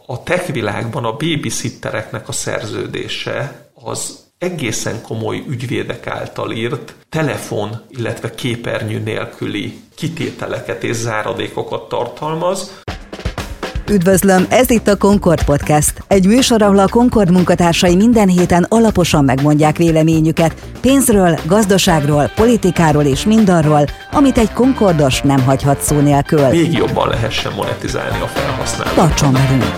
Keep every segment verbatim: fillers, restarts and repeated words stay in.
a tech világban a babysittereknek a szerződése az egészen komoly ügyvédek által írt telefon, illetve képernyő nélküli kitételeket és záradékokat tartalmaz. Üdvözlöm, ez itt a Concord Podcast. Egy műsor, ahol a Concord munkatársai minden héten alaposan megmondják véleményüket pénzről, gazdaságról, politikáról és mindarról, amit egy Concordos nem hagyhat szó nélkül. Még jobban lehessen monetizálni a felhasználót. Tartson velünk!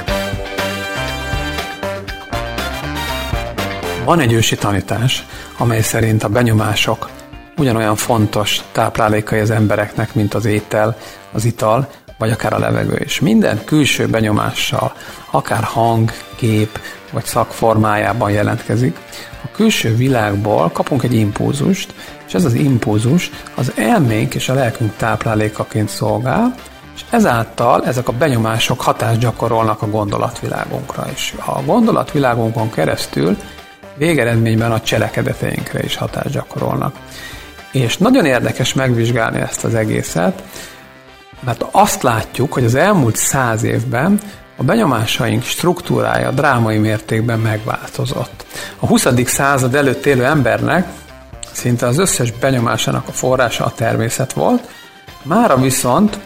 Van egy ősi tanítás, amely szerint a benyomások ugyanolyan fontos táplálékai az embereknek, mint az étel, az ital, vagy akár a levegő is. Minden külső benyomással, akár hang, kép, vagy szak formájában jelentkezik. A külső világból kapunk egy impulzust, és ez az impulzus az elménk és a lelkünk táplálékaként szolgál, és ezáltal ezek a benyomások hatást gyakorolnak a gondolatvilágunkra is. A gondolatvilágunkon keresztül végeredményben a cselekedeteinkre is hatást gyakorolnak. És nagyon érdekes megvizsgálni ezt az egészet, mert azt látjuk, hogy az elmúlt száz évben a benyomásaink struktúrája drámai mértékben megváltozott. A huszadik század előtt élő embernek szinte az összes benyomásának a forrása a természet volt, mára viszont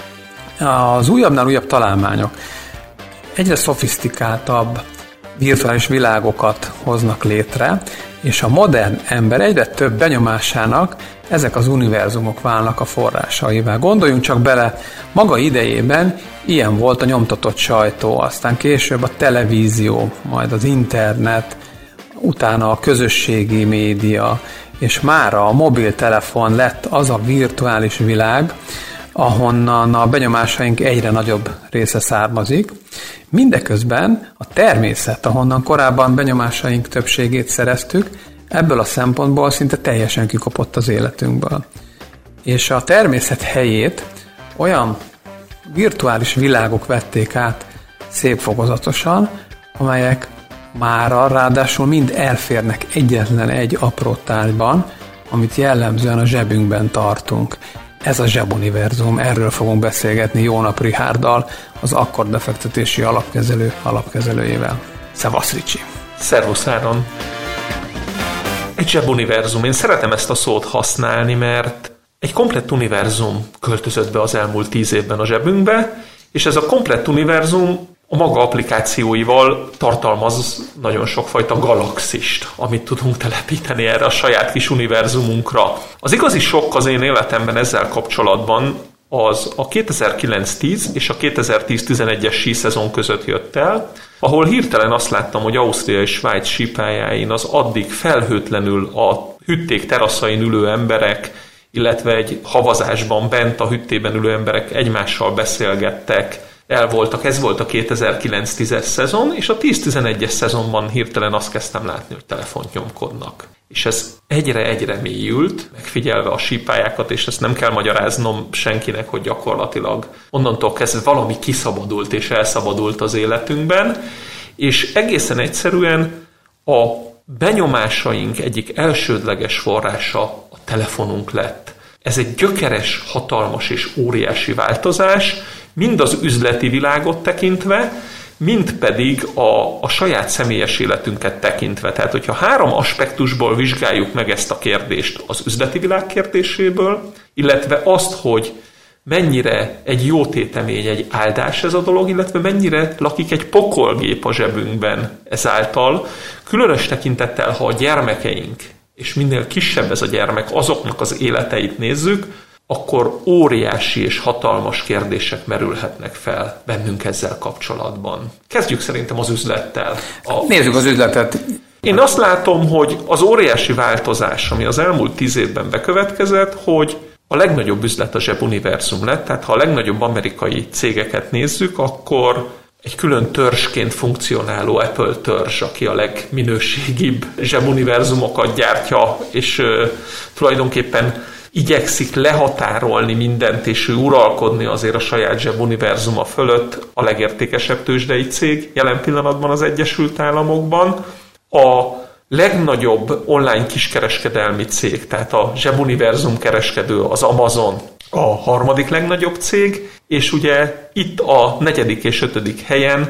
az újabbnál újabb találmányok egyre szofisztikáltabb virtuális világokat hoznak létre, és a modern ember egyre több benyomásának ezek az univerzumok válnak a forrásaivá. Gondoljunk csak bele, maga idejében ilyen volt a nyomtatott sajtó, aztán később a televízió, majd az internet, utána a közösségi média, és mára a mobiltelefon lett az a virtuális világ, ahonnan a benyomásaink egyre nagyobb része származik. Mindeközben a természet, ahonnan korábban benyomásaink többségét szereztük, ebből a szempontból szinte teljesen kikopott az életünkből. És a természet helyét olyan virtuális világok vették át szép fokozatosan, amelyek mára ráadásul mind elférnek egyetlen egy apró tárgyban, amit jellemzően a zsebünkben tartunk. Ez a zsebuniverzum, erről fogunk beszélgetni Jónap Richárddal, az Akkord befektetési alapkezelő alapkezelőjével. Szevasz, Ricsi! Szervusz, Áron! Egy zsebuniverzum. Én szeretem ezt a szót használni, mert egy komplett univerzum költözött be az elmúlt tíz évben a zsebünkbe, és ez a komplett univerzum a maga applikációival tartalmaz nagyon sokfajta galaxist, amit tudunk telepíteni erre a saját kis univerzumunkra. Az igazi sokk az én életemben ezzel kapcsolatban az a kétezer-kilenc tíz és a kétezer-tíz-tizenegyes síszezon között jött el, ahol hirtelen azt láttam, hogy Ausztria és Svájc sípályáin az addig felhőtlenül a hütték teraszain ülő emberek, illetve egy havazásban bent a hüttében ülő emberek egymással beszélgettek, el voltak, ez volt a kétezer-kilenc-tízes szezon, és a tíz-tizenegyes szezonban hirtelen azt kezdtem látni, hogy telefont nyomkodnak. És ez egyre-egyre mélyült, megfigyelve a sípályákat, és ezt nem kell magyaráznom senkinek, hogy gyakorlatilag onnantól kezdve valami kiszabadult és elszabadult az életünkben, és egészen egyszerűen a benyomásaink egyik elsődleges forrása a telefonunk lett. Ez egy gyökeres, hatalmas és óriási változás, mind az üzleti világot tekintve, mind pedig a, a saját személyes életünket tekintve. Tehát, hogyha három aspektusból vizsgáljuk meg ezt a kérdést, az üzleti világ kérdéséből, illetve azt, hogy mennyire egy jó tétemény, egy áldás ez a dolog, illetve mennyire lakik egy pokolgép a zsebünkben ezáltal, különös tekintettel, ha a gyermekeink, és minél kisebb ez a gyermek, azoknak az életeit nézzük, akkor óriási és hatalmas kérdések merülhetnek fel bennünk ezzel kapcsolatban. Kezdjük szerintem az üzlettel. A... Nézzük az üzletet. Én azt látom, hogy az óriási változás, ami az elmúlt tíz évben bekövetkezett, hogy a legnagyobb üzlet a zsebuniverzum lett, tehát ha a legnagyobb amerikai cégeket nézzük, akkor egy külön törzsként funkcionáló Apple törzs, aki a legminőségibb zsebuniverzumokat gyártja, és uh, tulajdonképpen igyekszik lehatárolni mindent, és ő uralkodni azért a saját zsebuniverzuma fölött, a legértékesebb tőzsdei cég jelen pillanatban az Egyesült Államokban. A legnagyobb online kiskereskedelmi cég, tehát a zsebuniverzum kereskedő, az Amazon, a harmadik legnagyobb cég, és ugye itt a negyedik és ötödik helyen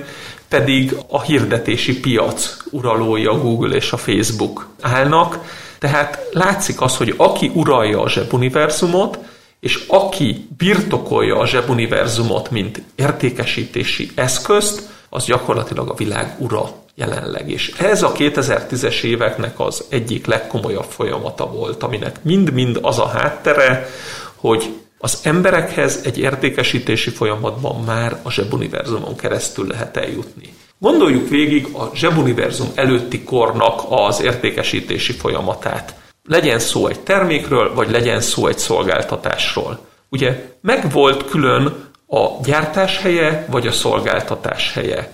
pedig a hirdetési piac uralói, a Google és a Facebook állnak. Tehát látszik az, hogy aki uralja a zsebuniverzumot, és aki birtokolja a zsebuniverzumot, mint értékesítési eszközt, az gyakorlatilag a világ ura jelenleg. És ez a kétezer-tízes éveknek az egyik legkomolyabb folyamata volt, aminek mind-mind az a háttere, hogy az emberekhez egy értékesítési folyamatban már a zsebuniverzumon keresztül lehet eljutni. Gondoljuk végig a zsebuniverzum előtti kornak az értékesítési folyamatát. Legyen szó egy termékről, vagy legyen szó egy szolgáltatásról. Ugye megvolt külön a gyártás helye, vagy a szolgáltatás helye.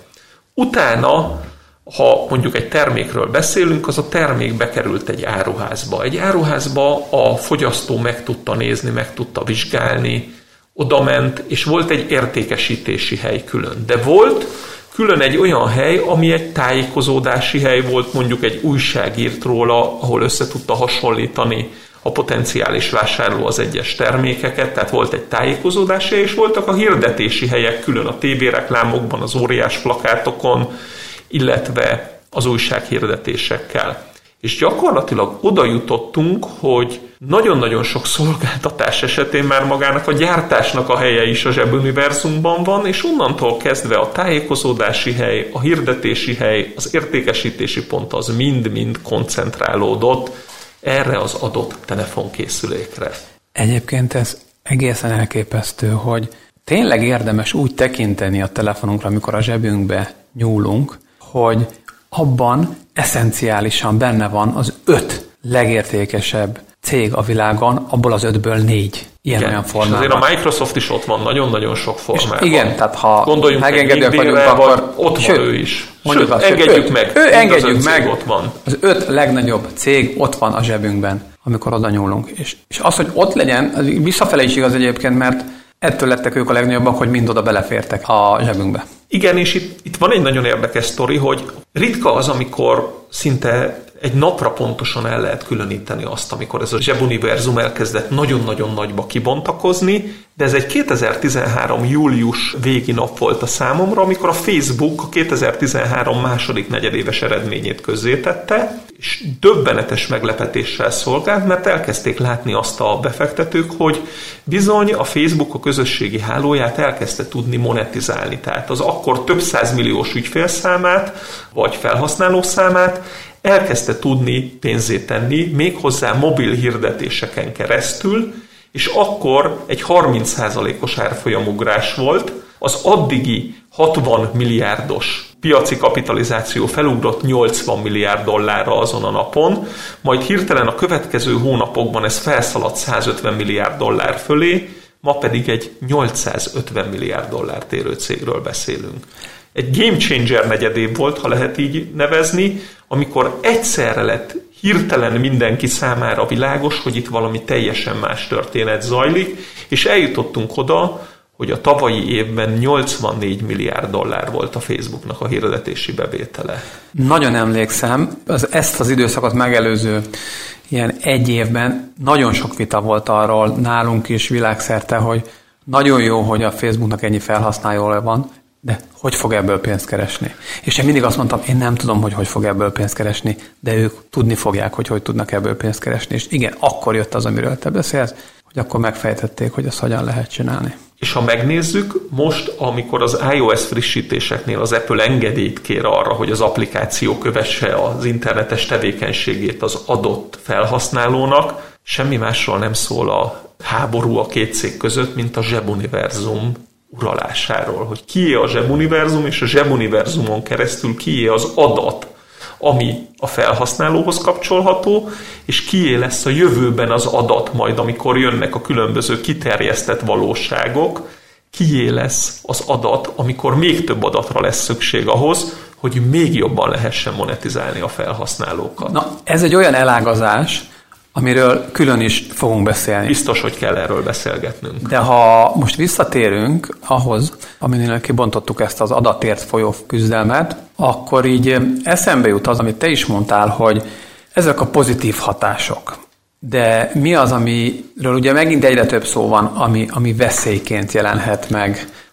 Utána, ha mondjuk egy termékről beszélünk, az a termék bekerült egy áruházba. Egy áruházba a fogyasztó meg tudta nézni, meg tudta vizsgálni, oda ment, és volt egy értékesítési hely külön. De volt külön egy olyan hely, ami egy tájékozódási hely volt, mondjuk egy újság írt róla, ahol össze tudta hasonlítani a potenciális vásárló az egyes termékeket, tehát volt egy tájékozódási hely, és voltak a hirdetési helyek külön a tévéreklámokban, az óriás plakátokon, illetve az újsághirdetésekkel. És gyakorlatilag oda jutottunk, hogy nagyon-nagyon sok szolgáltatás esetén már magának a gyártásnak a helye is a zsebuniverzumban van, és onnantól kezdve a tájékozódási hely, a hirdetési hely, az értékesítési pont az mind-mind koncentrálódott erre az adott telefonkészülékre. Egyébként ez egészen elképesztő, hogy tényleg érdemes úgy tekinteni a telefonunkra, amikor a zsebünkbe nyúlunk, hogy abban eszenciálisan benne van az öt legértékesebb cég a világon, abból az ötből négy ilyen olyan formában. Azért a Microsoft is ott van nagyon-nagyon sok formában. Igen, tehát ha gondoljunk megengedőek vagyunk, akkor ott sőt, van ő is. Mondjuk sőt, azt, engedjük öt, meg. Ő, engedjük meg. Ott van. Az öt legnagyobb cég ott van a zsebünkben, amikor oda nyúlunk. És, és az, hogy ott legyen, az visszafele is igaz egyébként, mert ettől lettek ők a legnagyobbak, hogy mind oda belefértek a zsebünkbe. Igen, és itt, itt van egy nagyon érdekes sztori, hogy ritka az, amikor szinte egy napra pontosan el lehet különíteni azt, amikor ez a zsebuniverzum elkezdett nagyon-nagyon nagyba kibontakozni, de ez egy kétezer-tizenhárom július végi nap volt a számomra, amikor a Facebook a kétezer-tizenhárom második negyedéves eredményét közzétette, és döbbenetes meglepetéssel szolgált, mert elkezdték látni azt a befektetők, hogy bizony a Facebook a közösségi hálóját elkezdte tudni monetizálni, tehát az akkor több százmilliós ügyfélszámát, vagy felhasználószámát elkezdte tudni pénzé tenni, méghozzá mobil hirdetéseken keresztül, és akkor egy harminc százalékos árfolyamugrás volt, az addigi hatvan milliárdos piaci kapitalizáció felugrott nyolcvan milliárd dollárra azon a napon, majd hirtelen a következő hónapokban ez felszaladt százötven milliárd dollár fölé, ma pedig egy nyolcszázötven milliárd dollárt érő cégről beszélünk. Egy game changer negyedév volt, ha lehet így nevezni, amikor egyszerre lett hirtelen mindenki számára világos, hogy itt valami teljesen más történet zajlik, és eljutottunk oda, hogy a tavalyi évben nyolcvannégy milliárd dollár volt a Facebooknak a hirdetési bevétele. Nagyon emlékszem, az, ezt az időszakot megelőző ilyen egy évben nagyon sok vita volt arról nálunk is világszerte, hogy nagyon jó, hogy a Facebooknak ennyi felhasználója van, de hogy fog ebből pénzt keresni? És én mindig azt mondtam, én nem tudom, hogy hogy fog ebből pénzt keresni, de ők tudni fogják, hogy hogy tudnak ebből pénzt keresni. És igen, akkor jött az, amiről te beszélsz, hogy akkor megfejtették, hogy ezt hogyan lehet csinálni. És ha megnézzük, most, amikor az iOS frissítéseknél az Apple engedélyt kér arra, hogy az applikáció kövesse az internetes tevékenységét az adott felhasználónak, semmi másról nem szól a háború a két cég között, mint a zsebuniverzum uralásáról, hogy kié a zsebuniverzum, és a zsebuniverzumon keresztül kié az adat, ami a felhasználóhoz kapcsolható, és kié lesz a jövőben az adat majd, amikor jönnek a különböző kiterjesztett valóságok, kié lesz az adat, amikor még több adatra lesz szükség ahhoz, hogy még jobban lehessen monetizálni a felhasználókat. Na, ez egy olyan elágazás, amiről külön is fogunk beszélni. Biztos, hogy kell erről beszélgetnünk. De ha most visszatérünk ahhoz, aminél kibontottuk ezt az adatért folyó küzdelmet, akkor így eszembe jut az, amit te is mondtál, hogy ezek a pozitív hatások. De mi az, amiről ugye megint egyre több szó van, ami, ami veszélyként jelenhet meg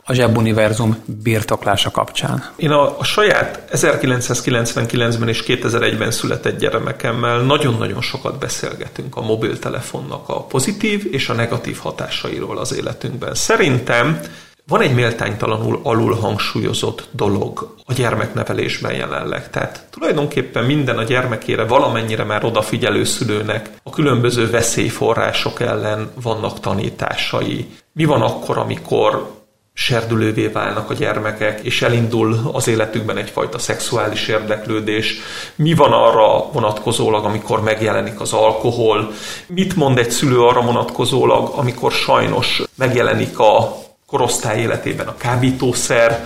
a zsebuniverzum birtoklása kapcsán? Én a, a saját ezerkilencszázkilencvenkilencben és kétezer-egyben született gyermekemmel nagyon-nagyon sokat beszélgetünk a mobiltelefonnak a pozitív és a negatív hatásairól az életünkben. Szerintem van egy méltánytalanul alul hangsúlyozott dolog a gyermeknevelésben jelenleg. Tehát tulajdonképpen minden a gyermekére valamennyire már odafigyelő szülőnek a különböző veszélyforrások ellen vannak tanításai. Mi van akkor, amikor serdülővé válnak a gyermekek, és elindul az életükben egyfajta szexuális érdeklődés? Mi van arra vonatkozólag, amikor megjelenik az alkohol? Mit mond egy szülő arra vonatkozólag, amikor sajnos megjelenik a korosztály életében a kábítószer?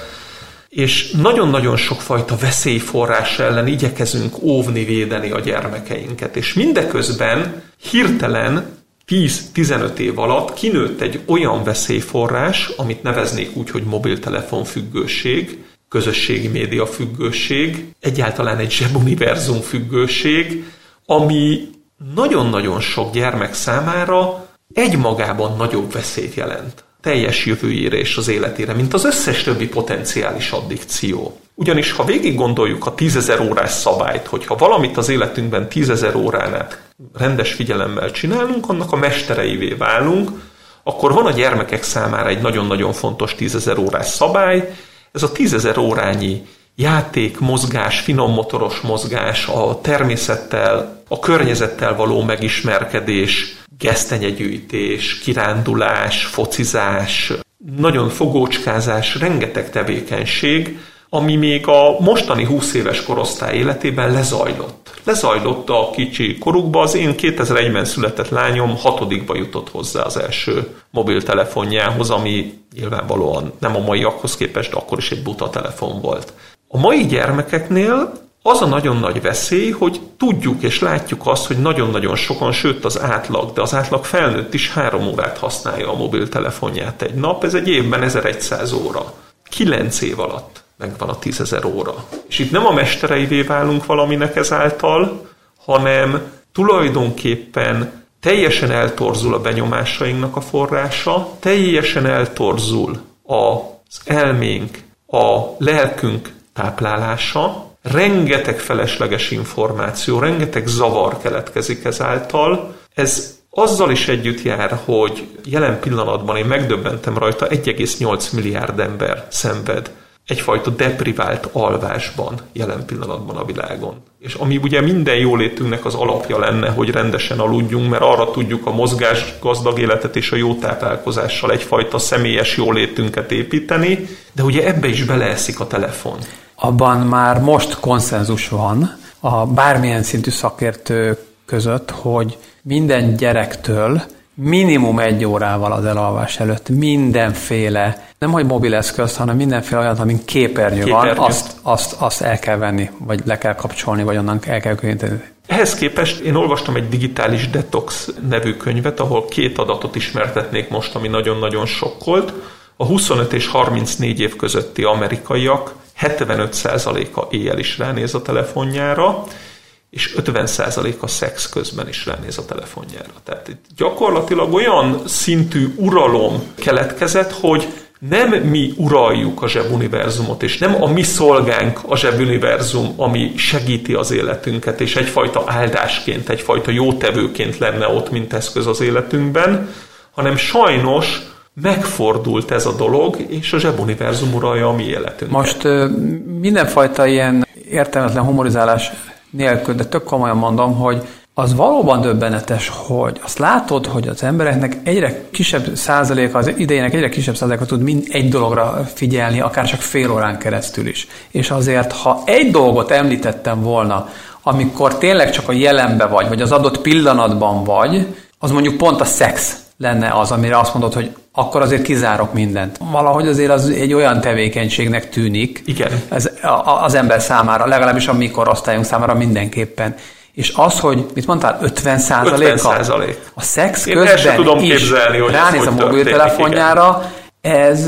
És nagyon-nagyon sokfajta veszélyforrás ellen igyekezünk óvni, védeni a gyermekeinket. És mindeközben hirtelen tíz-tizenöt év alatt kinőtt egy olyan veszélyforrás, amit neveznék úgy, hogy mobiltelefon függőség, közösségi média függőség, egyáltalán egy zsebuniverzum függőség, ami nagyon-nagyon sok gyermek számára egymagában nagyobb veszélyt jelent teljes jövőjére és az életére, mint az összes többi potenciális addikció. Ugyanis, ha végig gondoljuk a tízezer órás szabályt, hogyha valamit az életünkben tízezer órán át rendes figyelemmel csinálunk, annak a mestereivé válunk, akkor van a gyermekek számára egy nagyon-nagyon fontos tízezer órás szabály. Ez a tízezer órányi játék, mozgás, finom motoros mozgás, a természettel, a környezettel való megismerkedés, gesztenyegyűjtés, kirándulás, focizás, nagyon fogócskázás, rengeteg tevékenység, ami még a mostani húsz éves korosztály életében lezajlott. Lezajlott a kicsi korukba, az én kétezer-egyben született lányom hatodikba jutott hozzá az első mobiltelefonjához, ami nyilvánvalóan nem a maiakhoz képest, de akkor is egy buta telefon volt. A mai gyermekeknél az a nagyon nagy veszély, hogy tudjuk és látjuk azt, hogy nagyon-nagyon sokan, sőt az átlag, de az átlag felnőtt is három órát használja a mobiltelefonját egy nap, ez egy évben ezerszáz óra. Kilenc év alatt megvan a tízezer óra. És itt nem a mestereivé válunk valaminek ezáltal, hanem tulajdonképpen teljesen eltorzul a benyomásainknak a forrása, teljesen eltorzul az elménk, a lelkünk táplálása, rengeteg felesleges információ, rengeteg zavar keletkezik ezáltal. Ez azzal is együtt jár, hogy jelen pillanatban én megdöbbentem rajta, egy egész nyolc milliárd ember szenved egyfajta deprivált alvásban jelen pillanatban a világon. És ami ugye minden jólétünknek az alapja lenne, hogy rendesen aludjunk, mert arra tudjuk a mozgás gazdag életet és a jó táplálkozással egyfajta személyes jólétünket építeni, de ugye ebbe is beleeszik a telefon. Abban már most konszenzus van a bármilyen szintű szakértő között, hogy minden gyerektől minimum egy órával az elalvás előtt mindenféle, nem hogy mobileszköz, hanem mindenféle olyan, amin képernyő, képernyő. van, azt, azt, azt el kell venni, vagy le kell kapcsolni, vagy onnan el kell könnyíteni. Ehhez képest én olvastam egy Digitális Detox nevű könyvet, ahol két adatot ismertetnék most, ami nagyon-nagyon sokkolt. A huszonöt és harmincnégy év közötti amerikaiak hetvenöt százaléka éjjel is ránéz a telefonjára, és ötven százaléka szex közben is ránéz a telefonjára. Tehát itt gyakorlatilag olyan szintű uralom keletkezett, hogy nem mi uraljuk a zsebuniverzumot, és nem a mi szolgánk a zsebuniverzum, ami segíti az életünket, és egyfajta áldásként, egyfajta jótevőként lenne ott, mint eszköz az életünkben, hanem sajnos megfordult ez a dolog, és a zsebuniverzum uralja a mi életünket. Most mindenfajta ilyen értelmetlen humorizálás nélkül, de tök komolyan mondom, hogy az valóban döbbenetes, hogy azt látod, hogy az embereknek egyre kisebb százaléka, az idejének egyre kisebb százaléka tud mind egy dologra figyelni, akár csak fél órán keresztül is. És azért, ha egy dolgot említettem volna, amikor tényleg csak a jelenbe vagy, vagy az adott pillanatban vagy, az mondjuk pont a szex lenne az, amire azt mondod, hogy akkor azért kizárok mindent. Valahogy azért az egy olyan tevékenységnek tűnik. Igen. Ez az ember számára, legalábbis a mi korosztályunk számára mindenképpen. És az, hogy mit mondtál, ötven százaléka a szex Én közben tudom is képzelni, hogy ránéz a mobiltelefonjára, ez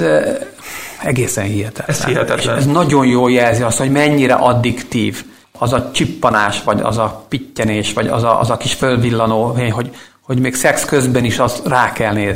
egészen hihetetlen. Ez hihetetlen. És ez nagyon jól jelzi azt, hogy mennyire addiktív az a csippanás, vagy az a pittyenés, vagy az a, az a kis fölvillanó, hogy, hogy még szex közben is azt rá kell nézni.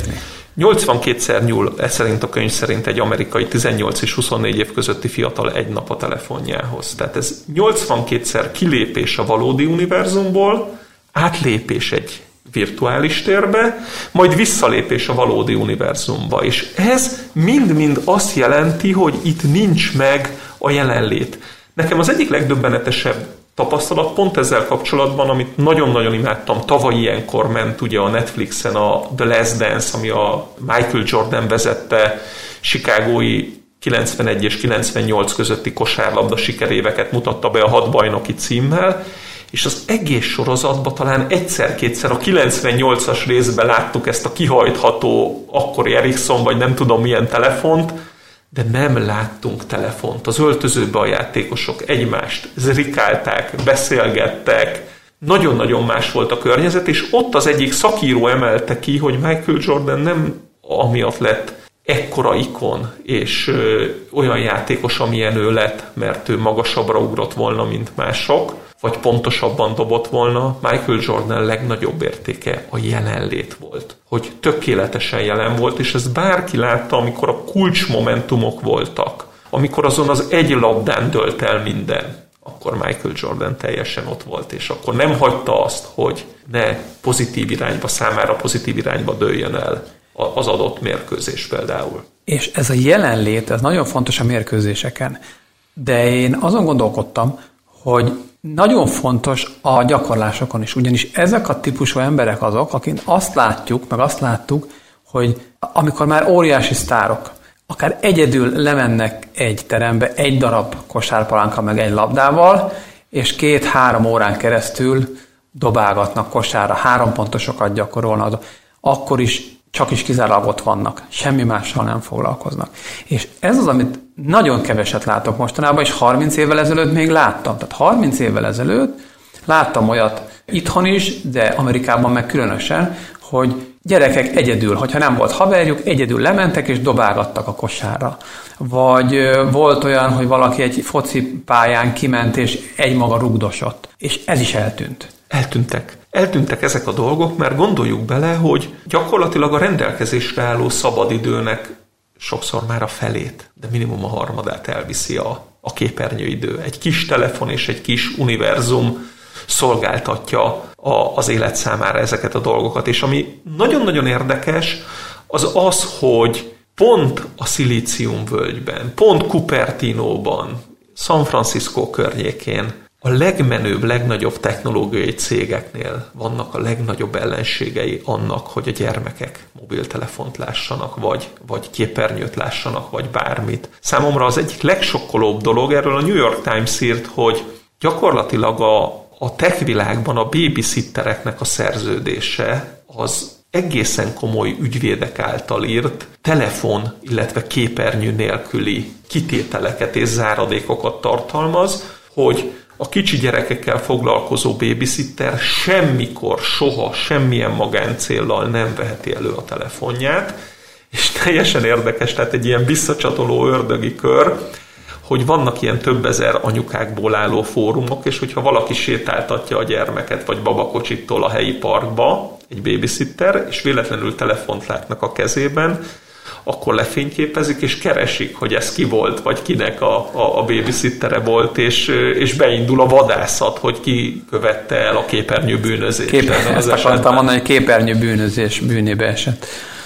nyolcvankétszer nyúl, ez szerint a könyv szerint egy amerikai tizennyolc és huszonnégy év közötti fiatal egy nap a telefonjához. Tehát ez nyolcvankétszer kilépés a valódi univerzumból, átlépés egy virtuális térbe, majd visszalépés a valódi univerzumba. És ez mind-mind azt jelenti, hogy itt nincs meg a jelenlét. Nekem az egyik legdöbbenetesebb tapasztalat pont ezzel kapcsolatban, amit nagyon-nagyon imádtam, tavaly ilyenkor ment ugye a Netflixen a The Last Dance, ami a Michael Jordan vezette chicagói kilencvenegy és kilencvennyolc közötti kosárlabda sikeréveket mutatta be a hat bajnoki címmel, és az egész sorozatban talán egyszer-kétszer a kilencvennyolcas részben láttuk ezt a kihajtható akkori Ericsson, vagy nem tudom milyen telefont, de nem láttunk telefont. Az öltözőbe a játékosok egymást zrikálták, beszélgettek, nagyon-nagyon más volt a környezet, és ott az egyik szakíró emelte ki, hogy Michael Jordan nem amiatt lett ekkora ikon, és ö, olyan játékos, amilyen ő lett, mert ő magasabbra ugrott volna, mint mások, vagy pontosabban dobott volna. Michael Jordan legnagyobb értéke a jelenlét volt. Hogy tökéletesen jelen volt, és ezt bárki látta, amikor a kulcsmomentumok voltak. Amikor azon az egy labdán dölt el minden, akkor Michael Jordan teljesen ott volt, és akkor nem hagyta azt, hogy ne pozitív irányba, számára pozitív irányba dőljön el az adott mérkőzés például. És ez a jelenlét, ez nagyon fontos a mérkőzéseken. De én azon gondolkodtam, hogy nagyon fontos a gyakorlásokon is, ugyanis ezek a típusú emberek azok, akik azt látjuk, meg azt láttuk, hogy amikor már óriási sztárok, akár egyedül lemennek egy terembe egy darab kosárpalánka meg egy labdával, és két-három órán keresztül dobálgatnak kosárra, három pontosokat gyakorolnak, akkor is csak is kizárólag ott vannak, semmi mással nem foglalkoznak. És ez az, amit nagyon keveset látok mostanában, és harminc évvel ezelőtt még láttam. Tehát harminc évvel ezelőtt láttam olyat itthon is, de Amerikában meg különösen, hogy gyerekek egyedül, hogyha nem volt haverjuk, egyedül lementek és dobálgattak a kosárra. Vagy volt olyan, hogy valaki egy focipályán kiment és egymaga rugdosott. És ez is eltűnt. Eltűntek. Eltűntek ezek a dolgok, mert gondoljuk bele, hogy gyakorlatilag a rendelkezésre álló szabadidőnek sokszor már a felét, de minimum a harmadát elviszi a, a képernyőidő. Egy kis telefon és egy kis univerzum szolgáltatja a, az élet számára ezeket a dolgokat. És ami nagyon-nagyon érdekes, az az, hogy pont a Szilíciumvölgyben, pont Cupertinóban, San Francisco környékén a legmenőbb, legnagyobb technológiai cégeknél vannak a legnagyobb ellenségei annak, hogy a gyermekek mobiltelefont lássanak, vagy, vagy képernyőt lássanak, vagy bármit. Számomra az egyik legsokkolóbb dolog, erről a New York Times írt, hogy gyakorlatilag a, a tech világban a babysittereknek a szerződése az egészen komoly ügyvédek által írt telefon, illetve képernyő nélküli kitételeket és záradékokat tartalmaz, hogy a kicsi gyerekekkel foglalkozó babysitter semmikor, soha, semmilyen magáncéllal nem veheti elő a telefonját, és teljesen érdekes, tehát egy ilyen visszacsatoló ördögi kör, hogy vannak ilyen több ezer anyukákból álló fórumok, és hogyha valaki sétáltatja a gyermeket, vagy babakocsitól a helyi parkba, egy babysitter, és véletlenül telefont látnak a kezében, akkor lefényképezik, és keresik, hogy ez ki volt, vagy kinek a, a, a babysittere volt, és, és beindul a vadászat, hogy ki követte el a képernyő bűnözést. Képernyő, ezt akartam mondani, hogy képernyő bűnözés bűnébe esett.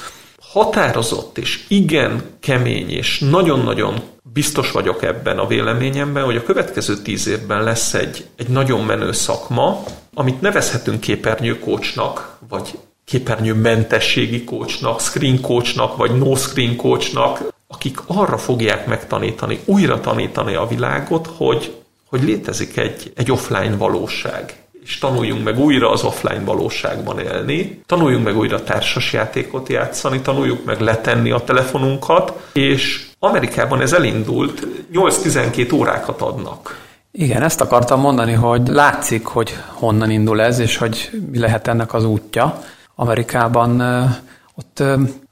Határozott és igen kemény, és nagyon-nagyon biztos vagyok ebben a véleményemben, hogy a következő tíz évben lesz egy, egy nagyon menő szakma, amit nevezhetünk képernyőkócsnak, vagy képernyőmentességi coachnak, screen coachnak, vagy no screen coachnak, akik arra fogják megtanítani, újra tanítani a világot, hogy, hogy létezik egy, egy offline valóság. És tanuljunk meg újra az offline valóságban élni, tanuljunk meg újra társasjátékot játszani, tanuljuk meg letenni a telefonunkat, és Amerikában ez elindult, nyolc-tizenkét órákat adnak. Igen, ezt akartam mondani, hogy látszik, hogy honnan indul ez, és hogy mi lehet ennek az útja. Amerikában ott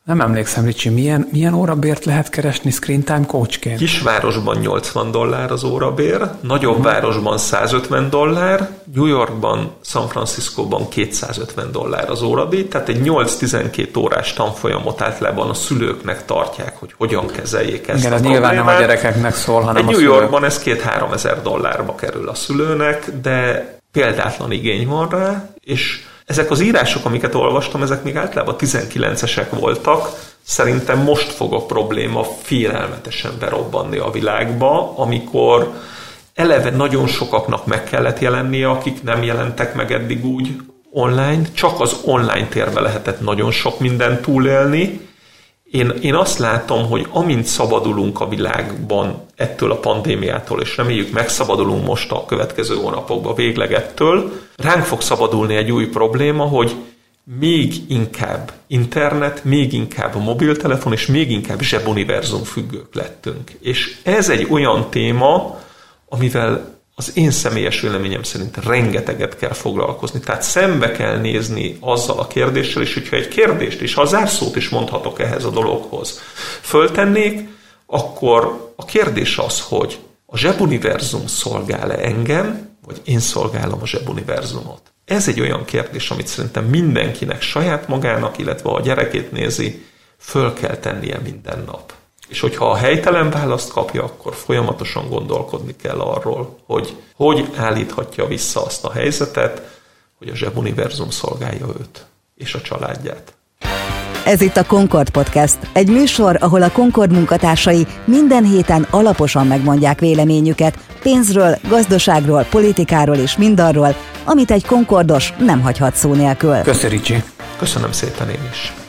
Nem emlékszem, Ricsi, milyen, milyen órabért lehet keresni Screen Time coachként? Kisvárosban nyolcvan dollár az órabér, nagyobb hmm. városban százötven dollár, New Yorkban, San Franciscóban kétszázötven dollár az órabér, tehát egy nyolc-tizenkét órás tanfolyamot általában a szülőknek tartják, hogy hogyan kezeljék ezt. Igen, a ez problémát. Nyilván nem a gyerekeknek szól, hanem egy a New szülők. Yorkban ez két-három ezer dollárba kerül a szülőnek, de példátlan igény van rá, és ezek az írások, amiket olvastam, ezek még általában tizenkilencesek voltak. Szerintem most fog a probléma félelmetesen berobbanni a világba, amikor eleve nagyon sokaknak meg kellett jelennie, akik nem jelentek meg eddig úgy online. Csak az online térben lehetett nagyon sok mindent túlélni. Én, én azt látom, hogy amint szabadulunk a világban ettől a pandémiától, és reméljük megszabadulunk most a következő hónapokban végleg ettől, ránk fog szabadulni egy új probléma, hogy még inkább internet, még inkább a mobiltelefon, és még inkább zsebuniverzum függők lettünk. És ez egy olyan téma, amivel az én személyes véleményem szerint rengeteget kell foglalkozni. Tehát szembe kell nézni azzal a kérdéssel, és hogyha egy kérdést, és ha a zárszót is mondhatok ehhez a dologhoz, föltennék, akkor a kérdés az, hogy a zsebuniverzum szolgál-e engem, vagy én szolgálom a zsebuniverzumot. Ez egy olyan kérdés, amit szerintem mindenkinek saját magának, illetve a gyerekét nézi, föl kell tennie minden nap. És hogyha a helytelen választ kapja, akkor folyamatosan gondolkodni kell arról, hogy hogy állíthatja vissza azt a helyzetet, hogy a zsebuniverzum szolgálja őt és a családját. Ez itt a Concord Podcast, egy műsor, ahol a Concord munkatársai minden héten alaposan megmondják véleményüket pénzről, gazdaságról, politikáról és mindarról, amit egy Concordos nem hagyhat szó nélkül. Köszönöm, Ricsi. Köszönöm szépen én is.